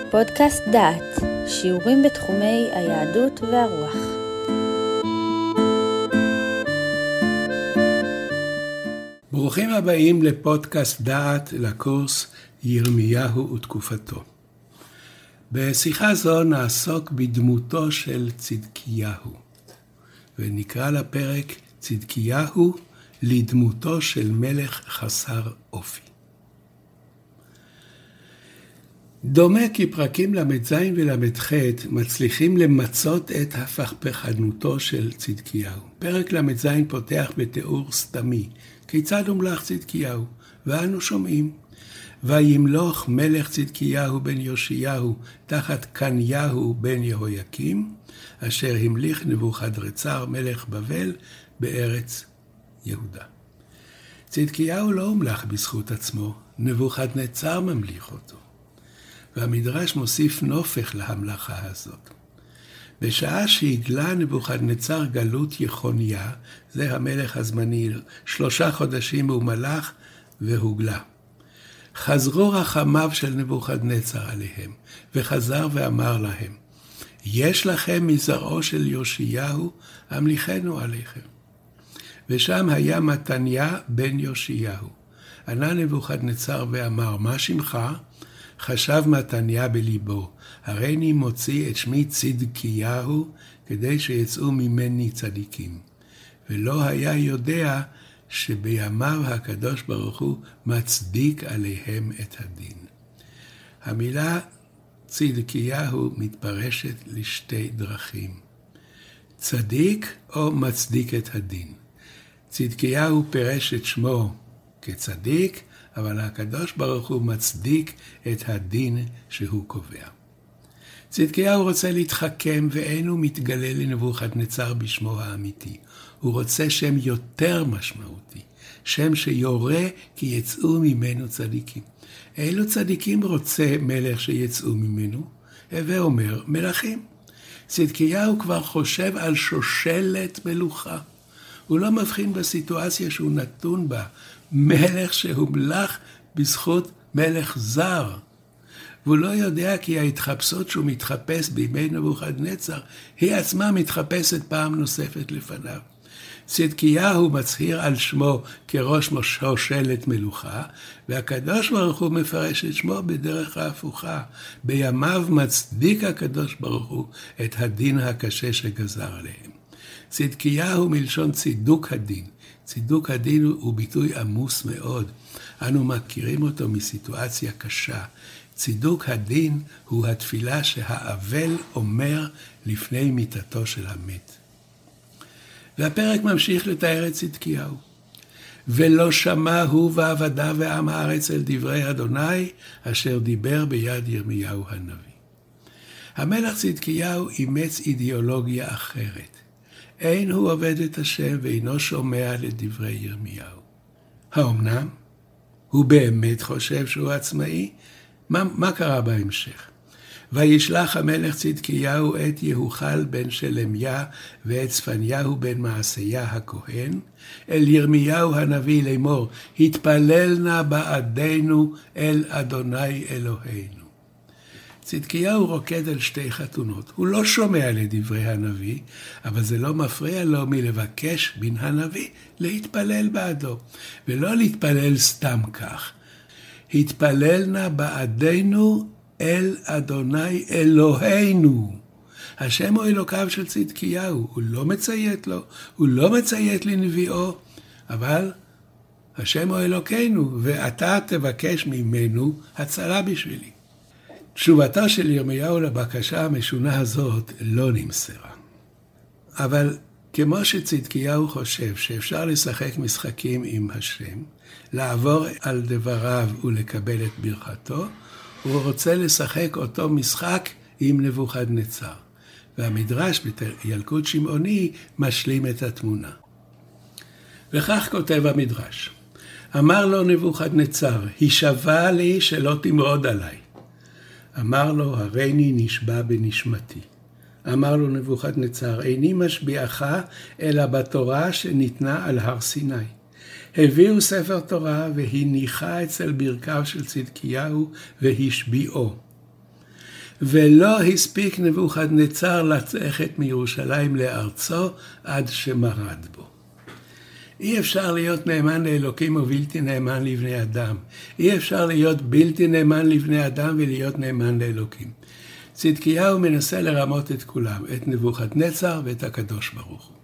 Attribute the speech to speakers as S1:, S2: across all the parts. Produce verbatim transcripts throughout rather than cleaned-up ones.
S1: פודקאסט דעת, שיעורים בתחומי היהדות והרוח.
S2: ברוכים הבאים לפודקאסט דעת, לקורס ירמיהו ותקופתו. בשיחה זו נעסוק בדמותו של צדקיהו, ונקרא לפרק צדקיהו לדמותו של מלך חסר אופי. דומה כי פרקים למ"ז ולמ"ח מצליחים למצות את הפכפכנותו של צדקיהו. פרק למ"ז פותח בתיאור סתמי, כיצד הומלך צדקיהו, ואנו שומעים. וימלוך מלך צדקיהו בן יאשיהו תחת קניהו בן יהויקים, אשר המליך נבוכדנצר מלך בבל בארץ יהודה. צדקיהו לא הומלך בזכות עצמו, נבוכדנצר ממליך אותו. והמדרש מוסיף נופך להמלכה הזאת. בשעה שהגלה נבוכדנצר גלות יחוניה, זה המלך הזמני, שלושה חודשים הוא מלך והוגלה. חזרו רחמיו של נבוכדנצר עליהם, וחזר ואמר להם, יש לכם מזרעו של יאשיהו, המליכנו עליכם. ושם היה מתניה בן יאשיהו. ענה נבוכדנצר ואמר, מה שמך? חשב מתניה בליבו, הריני מוציא את שמי צדקיהו, כדי שיצאו ממני צדיקים. ולא היה יודע שבימיו הקדוש ברוך הוא מצדיק עליהם את הדין. המילה צדקיהו מתפרשת לשתי דרכים. צדיק או מצדיק את הדין. צדקיהו פירש את שמו כצדיק, אבל הקדוש ברוך הוא מצדיק את הדין שהוא קובע. צדקיהו רוצה להתחכם ואין הוא מתגלה לנבוכדנצר בשמו האמיתי. הוא רוצה שם יותר משמעותי, שם שיורה כי יצאו ממנו צדיקים. אילו צדיקים רוצה מלך שיצאו ממנו? הווה אומר מלכים. צדקיהו כבר חושב על שושלת מלוכה. הוא לא מבחין בסיטואציה שהוא נתון בה, מלך שהומלך בזכות מלך זר. והוא לא יודע כי ההתחפשות שהוא מתחפש בימי נבוכדנצר, היא עצמה מתחפשת פעם נוספת לפניו. צדקיהו מצהיר על שמו כראש שושלת מלוכה, והקדוש ברוך הוא מפרש את שמו בדרך ההפוכה. בימיו מצדיק הקדוש ברוך הוא את הדין הקשה שגזר עליהם. צדקיהו מלשון צידוק הדין. צידוק הדין הוא ביטוי עמוס מאוד. אנו מכירים אותו מסיטואציה קשה. צידוק הדין הוא התפילה שהאבל אומר לפני מיתתו של המת. והפרק ממשיך לתאר את צדקיהו. ולא שמע הוא ועבדיו ועם הארץ אל דברי אדוני, אשר דיבר ביד ירמיהו הנביא. המלך צדקיהו אימץ אידיאולוגיה אחרת. אין הוא עובד את השם ואינו שומע לדברי ירמיהו. האמנם? הוא באמת חושב שהוא עצמאי? מה, מה קרה בהמשך? וישלח המלך צדקיהו את יהוחל בן שלמיה ואת צפניהו בן מעשיה הכהן אל ירמיהו הנביא לאמור, התפלל נא בעדנו אל אדוני אלוהינו. צדקיהו רוקד על שתי חתונות. הוא לא שומע לדברי הנביא, אבל זה לא מפריע לו מלבקש מן הנביא להתפלל בעדו. ולא להתפלל סתם כך. התפלל נא בעדנו אל אדוני אלוהינו. השם הוא אלוקיו של צדקיהו. הוא לא מציית לו, הוא לא מציית לנביאו, אבל השם הוא אלוקינו, ואתה תבקש ממנו הצלה בשבילי. תשובתו של ירמיהו לבקשה המשונה הזאת לא נמסרה. אבל כמו שצדקיהו חושב שאפשר לשחק משחקים עם השם, לעבור על דבריו ולקבל את ברכתו, הוא רוצה לשחק אותו משחק עם נבוכדנצר. והמדרש בילקוט שמעוני משלים את התמונה. וכך כותב המדרש. אמר לו נבוכדנצר, הישבע לי שלא תמרוד עליי. אמר לו, הריני נשבע בנשמתי. אמר לו נבוכדנצר, איני משביעך אלא בתורה שניתנה על הר סיני. הביאו ספר תורה והניחה אצל ברכיו של צדקיהו והשביעו. ולא הספיק נבוכדנצר לצאת מירושלים לארצו עד שמרד בו. אי אפשר להיות נאמן לאלוקים ובלתי נאמן לבני אדם. אי אפשר להיות בלתי נאמן לבני אדם ולהיות נאמן לאלוקים. צדקיהו מנסה לרמות את כולם, את נבוכדנצר ואת הקדוש ברוך הוא.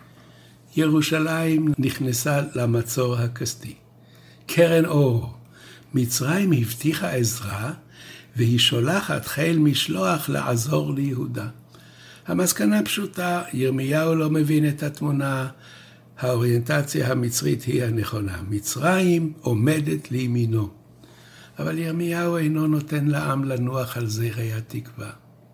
S2: ירושלים נכנסה למצור הכסדי. קרן אור. מצרים הבטיחה עזרה, והיא שולחת חיל משלוח לעזור ליהודה. המסקנה פשוטה, ירמיהו לא מבין את התמונה, האוריינטציה המצרית היא הנכונה. מצרים עומדת לימינו. אבל ירמיהו אינו נותן לעם לנוח על זרי התקווה.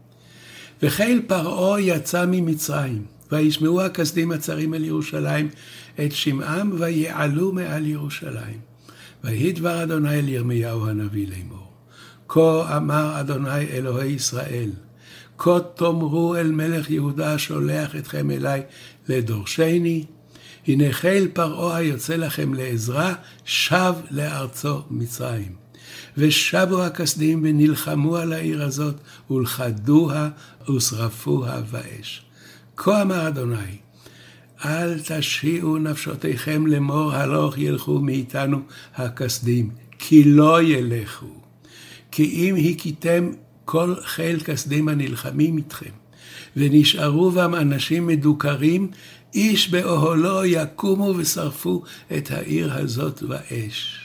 S2: וחיל פרעה יצא ממצרים, וישמעו הכסדים הצרים אל ירושלים את שמעם ויעלו מעל ירושלים. ויהי דבר אדוני אל ירמיהו הנביא לאמור. כה אמר אדוני אלוהי ישראל, כה תאמרו אל מלך יהודה שולח אתכם אליי לדורשני, הנה חיל פרעה היוצא לכם לעזרה, שב לארצו מצרים. ושבו הכסדים ונלחמו על העיר הזאת, ולכדוה ושרפוה באש. כה אמר אדוני, אל תשיעו נפשותיכם לאמור הלוך ילכו מאיתנו הכסדים, כי לא ילכו. כי אם הכיתם כל חיל כסדים הנלחמים איתכם, ונשארו בם אנשים מדוכרים, איש באוהלו יקומו ושרפו את העיר הזאת באש.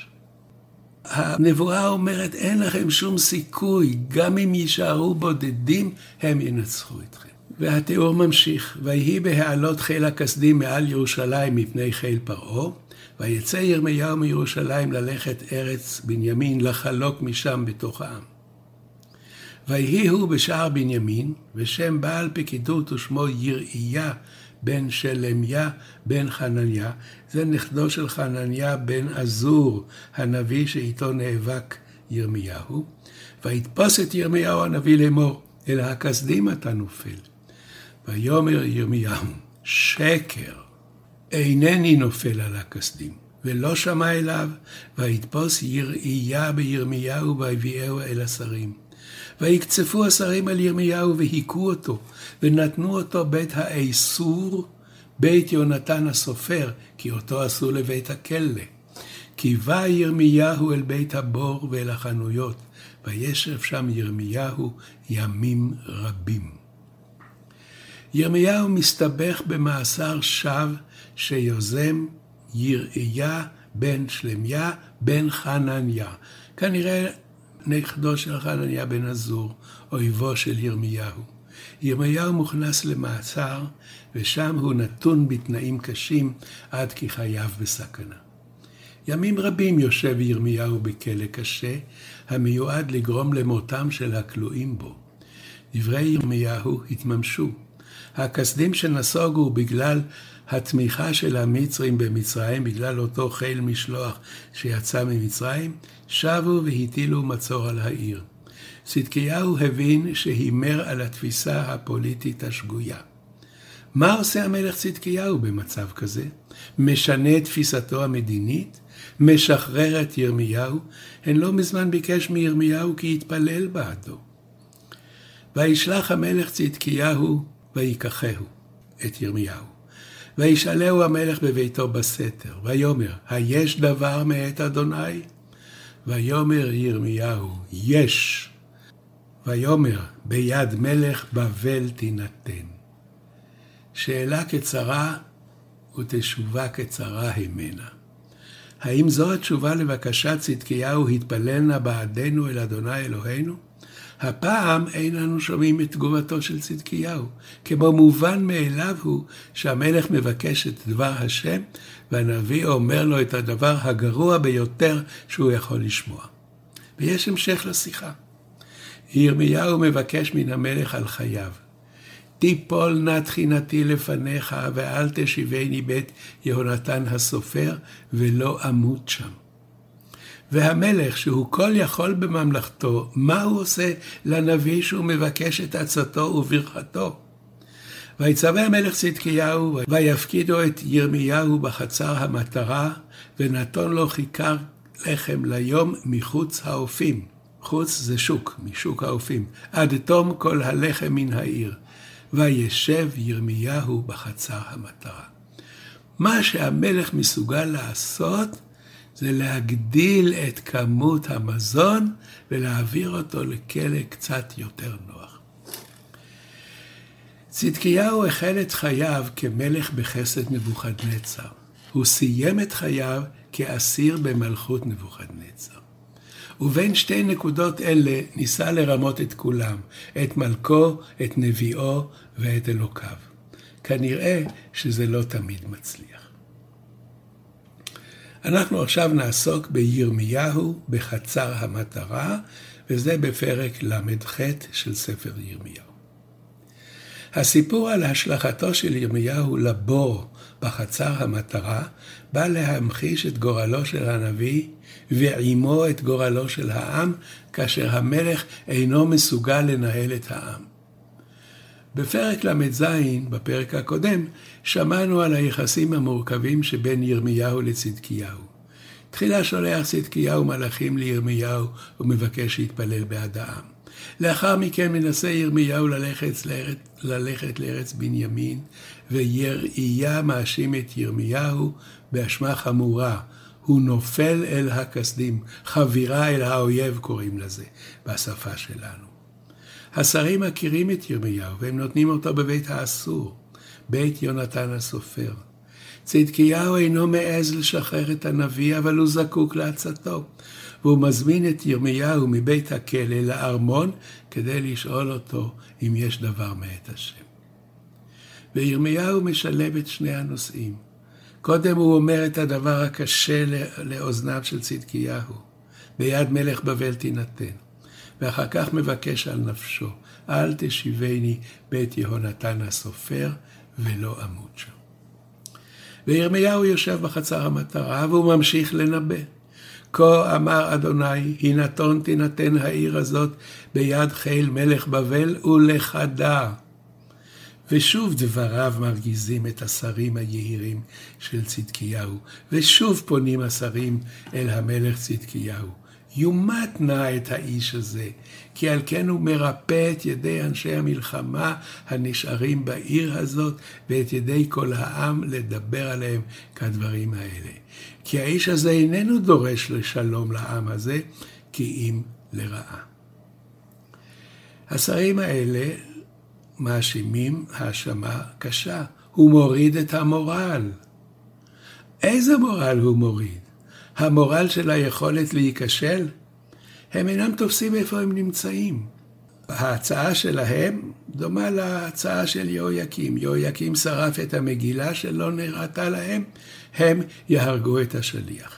S2: הנבואה אומרת, אין לכם שום סיכוי, גם אם יישארו בודדים, הם ינצחו אתכם. והתיאור ממשיך, ויהי בהעלות חיל הכסדים מעל ירושלים מפני חיל פרעה, ויצא ירמיהו מירושלים ללכת ארץ בנימין, לחלוק משם בתוך העם. ויהי הוא בשער בנימין, ושם בעל פקידות ושמו יראיה בן שלמיה בן חנניה, זה נכדו של חנניה בן עזור, הנביא שאיתו נאבק ירמיהו, ויתפוס את ירמיהו הנביא לאמור, אל הכסדים אתה נופל. ויאמר ירמיהו, שקר, אינני נופל על הכסדים, ולא שמע אליו, ויתפוס יראיה בירמיהו ויביאהו אל השרים. ויקצפו השרים על ירמיהו והיכו אותו, ונתנו אותו בית האיסור, בית יונתן הסופר, כי אותו עשו לבית הכלא. כי בא ירמיהו אל בית הבור ואל החנויות, וישב שם ירמיהו ימים רבים. ירמיהו מסתבך במאסר שווא שיוזם יראיה בן שלמיה בן חנניה. כנראה נכדו של חנניה בן עזור, אויבו של ירמיהו. ירמיהו מוכנס למאסר, ושם הוא נתון בתנאים קשים עד כי חייו בסכנה. ימים רבים יושב ירמיהו בכלא קשה, המיועד לגרום למותם של הכלואים בו. דברי ירמיהו התממשו. הכסדים שנסוגו בגלל התמיכה של המצרים במצרים, בגלל אותו חיל משלוח שיצא ממצרים, שבו והטילו מצור על העיר. צדקיהו הבין שהימר על התפיסה הפוליטית השגויה. מה עושה המלך צדקיהו במצב כזה? משנה את תפיסתו המדינית? משחרר את ירמיהו? הן לא מזמן ביקש מירמיהו כי יתפלל בעדו. וישלח המלך צדקיהו ויקחהו את ירמיהו. וישאלהו המלך בביתו בסתר, ויאמר, היש דבר מאת אדוני? ויאמר ירמיהו, יש. ויאמר, ביד מלך בבל תינתן. שאלה קצרה ותשובה קצרה המנה. האם זו התשובה לבקשת צדקיהו התפללנה בעדנו אל אדוני אלוהינו? הפעם אין אנו שומעים את תגובתו של צדקיהו, כמו מובן מאליו הוא שהמלך מבקש את דבר השם, והנביא אומר לו את הדבר הגרוע ביותר שהוא יכול לשמוע. ויש המשך לשיחה. ירמיהו מבקש מן המלך על חייו. תיפול נא תחינתי לפניך, ואל תשיבני בית יהונתן הסופר, ולא אמות שם. והמלך שהוא כל יכול בממלכתו, מה הוא עושה לנביא שהוא מבקש את עצתו וברכתו? ויצווה המלך צדקיהו, ויפקידו את ירמיהו בחצר המטרה, ונתון לו כיכר לחם ליום מחוץ האופים. חוץ זה שוק, משוק האופים, עד תום כל הלחם מן העיר. וישב ירמיהו בחצר המטרה. מה שהמלך מסוגל לעשות, זה להגדיל את כמות המזון, ולהעביר אותו לכלא קצת יותר נוח. צדקיהו החל את חייו כמלך בחסד נבוכדנצר. הוא סיים את חייו כאסיר במלכות נבוכדנצר. ובין שתי נקודות אלה ניסה לרמות את כולם, את מלכו, את נביאו ואת אלוקיו. כנראה שזה לא תמיד מצליח. אנחנו עכשיו נעסוק בירמיהו בחצר המטרה, וזה בפרק למ"ח של ספר ירמיהו. הסיפור על השלכתו של ירמיהו לבור בחצר המטרה בא להמחיש את גורלו של הנביא ועימו את גורלו של העם, כאשר המלך אינו מסוגל לנהל את העם. בפרק למ"ז, בפרק הקודם, שמענו על היחסים המורכבים שבין ירמיהו לצדקיהו. תחילה שולח צדקיהו מלאכים לירמיהו ומבקש להתפלל בעד העם. לאחר מכן מנסה ירמיהו ללכת לארץ, ללכת לארץ בנימין, וירמיה מאשים את ירמיהו באשמה חמורה. הוא נופל אל הכסדים, חבירה אל האויב קוראים לזה, בשפה שלנו. השרים מכירים את ירמיהו, והם נותנים אותו בבית האסור, בית יונתן הסופר. צדקיהו אינו מעז לשחרר את הנביא, אבל הוא זקוק לעצתו. והוא מזמין את ירמיהו מבית הכלא לארמון, כדי לשאול אותו אם יש דבר מאת השם. וירמיהו משלב את שני הנושאים. קודם הוא אומר את הדבר הקשה לאוזניו של צדקיהו, ביד מלך בבל תינתן. ואחר כך מבקש על נפשו, אל תשיבני בית יהונתן הסופר ולא אמות שם. וירמיהו יושב בחצר המטרה והוא ממשיך לנבא. כה אמר אדוני, הנתון תינתן העיר הזאת ביד חיל מלך בבל ולחדה. ושוב דבריו מרגיזים את השרים היהירים של צדקיהו, ושוב פונים השרים אל המלך צדקיהו. יומת נא את האיש הזה, כי על כן הוא מרפא את ידי אנשי המלחמה הנשארים בעיר הזאת, ואת ידי כל העם לדבר עליהם כדברים האלה. כי האיש הזה איננו דורש לשלום לעם הזה, כי אם לרעה. השרים האלה מאשימים האשמה קשה. הוא מוריד את המורל. איזה מורל הוא מוריד? המורל של היכולת להיכשל? הם אינם תופסים איפה הם נמצאים. ההצעה שלהם דומה להצעה של יהויקים. יהויקים שרף את המגילה שלא נראתה להם, הם יהרגו את השליח.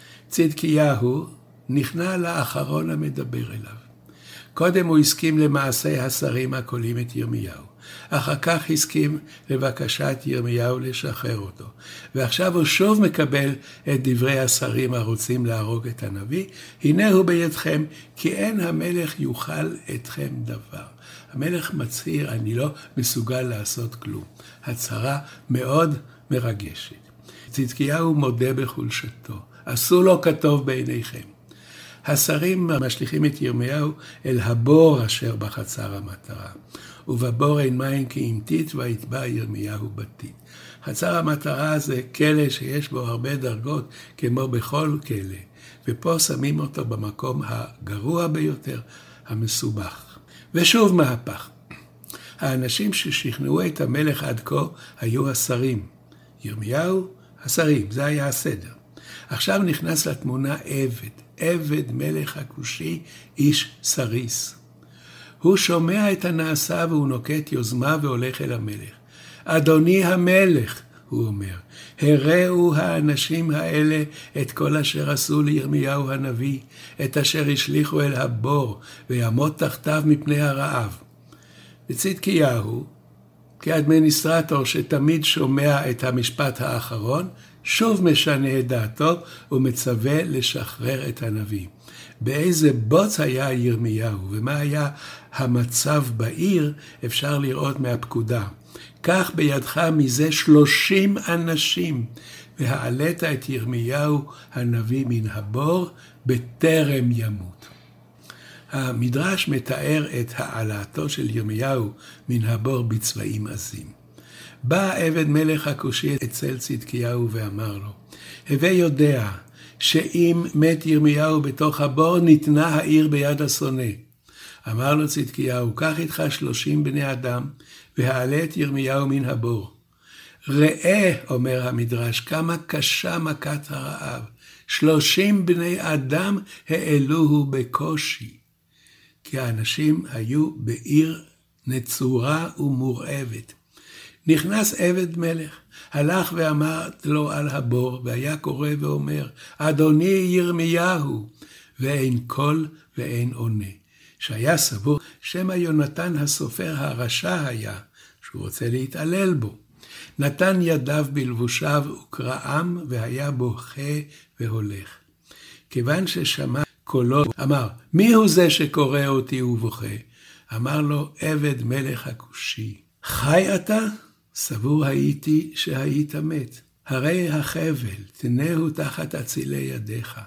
S2: צדקיהו נכנע לאחרון המדבר אליו. קודם הוא הסכים למעשה השרים הקולים את ירמיהו. אחר כך הסכים לבקשת ירמיהו לשחרר אותו. ועכשיו הוא שוב מקבל את דברי השרים הרוצים להרוג את הנביא. הנה הוא בידכם, כי אין המלך יוכל אתכם דבר. המלך מצהיר, אני לא מסוגל לעשות כלום. הצהרה מאוד מרגשת. צדקיהו מודה בחולשתו. עשו לו כטוב בעיניכם. השרים משליכים את ירמיהו אל הבור אשר בחצר המטרה. ובבור אין מים כי ימתית ויתבע ירמיהו בתית. חצר המטרה זה כלא שיש בו הרבה דרגות כמו בכל כלא. ופה שמים אותו במקום הגרוע ביותר, המסובך. ושוב מהפך. האנשים ששכנעו את המלך עד כה היו השרים. ירמיהו, השרים, זה היה הסדר. עכשיו נכנס לתמונה עבד. עבד מלך הכושי, איש סריס. הוא שומע את הנעשה והוא נוקט יוזמה והולך אל המלך. אדוני המלך, הוא אומר, הראו האנשים האלה את כל אשר עשו לירמיהו הנביא, את אשר השליחו אל הבור, ויעמוד תחתיו מפני הרעב. וצדקיהו, כאדמיניסטרטור שתמיד שומע את המשפט האחרון, שוב משנה את דעתו ומצווה לשחרר את הנביא. באיזה בוץ היה ירמיהו ומה היה המצב בעיר אפשר לראות מהפקודה. קח בידך מזה שלושים אנשים והעלית את ירמיהו הנביא מן הבור בטרם ימות. המדרש מתאר את העלאתו של ירמיהו מן הבור בצבעים עזים. בא עבד מלך הכושי אצל צדקיהו ואמר לו, הווה יודע שאם מת ירמיהו בתוך הבור ניתנה העיר ביד השונא. אמר לו צדקיהו, קח איתך שלושים בני אדם והעלה את ירמיהו מן הבור. ראה, אומר המדרש, כמה קשה מכת הרעב. שלושים בני אדם העלוהו בקושי. כי האנשים היו בעיר נצורה ומורעבת. נכנס עבד מלך, הלך ואמר לו על הבור, והיה קורא ואומר, אדוני ירמיהו, ואין קול ואין עונה. שהיה סבור, שמא יונתן הסופר הרשע היה, שהוא רוצה להתעלל בו. נתן ידיו בלבושיו וקרעם, והיה בוכה והולך. כיוון ששמע קולו, אמר, מי הוא זה שקורא אותי ובוכה? אמר לו, עבד מלך הכושי. חי אתה? סבור הייתי שהיית מת. הרי החבל, תנהו תחת אצילי ידיך.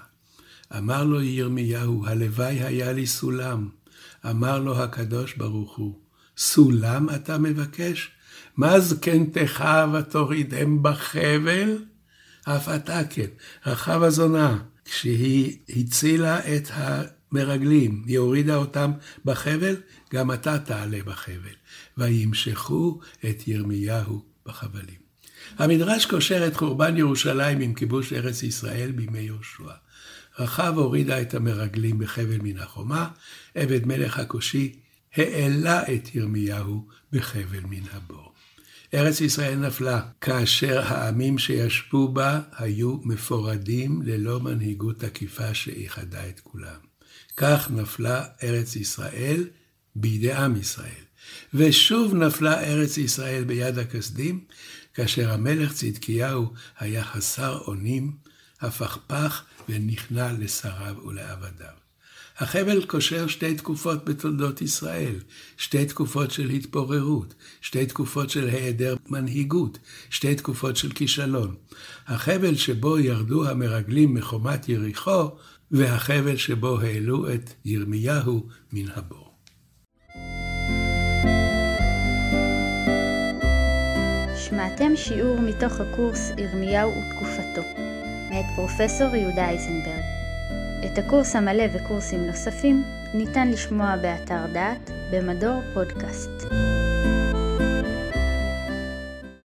S2: אמר לו ירמיהו, הלוואי היה לי סולם. אמר לו הקדוש ברוך הוא, סולם אתה מבקש? מה זקנתך ותורידם בחבל? אף אתה כן, רחב הזונה, כשהיא הצילה את המרגלים, היא הורידה אותם בחבל, גם אתה תעלה בחבל. וימשכו את ירמיהו בחבלים. המדרש קושר את חורבן ירושלים עם כיבוש ארץ ישראל בימי יהושע. רחב הורידה את המרגלים בחבל מן החומה, עבד מלך הכושי העלה את ירמיהו בחבל מן הבור. ארץ ישראל נפלה, כאשר העמים שישבו בה היו מפורדים ללא מנהיגות תקיפה שאיחדה את כולם. כך נפלה ארץ ישראל בידי עם ישראל. ושוב נפלה ארץ ישראל ביד הכסדים, כאשר המלך צדקיהו היה חסר אונים, הפכפך ונכנע לשריו ולעבדיו. החבל קושר שתי תקופות בתולדות ישראל, שתי תקופות של התפוררות, שתי תקופות של היעדר מנהיגות, שתי תקופות של כישלון. החבל שבו ירדו המרגלים מחומת יריחו, והחבל שבו העלו את ירמיהו מן הבור.
S1: שמעתם שיעור מתוך הקורס ירמיהו ותקופתו, מאת פרופסור יהודה אייזנברג. את הקורס המלא וקורסים נוספים ניתן לשמוע באתר דעת במדור פודקאסט.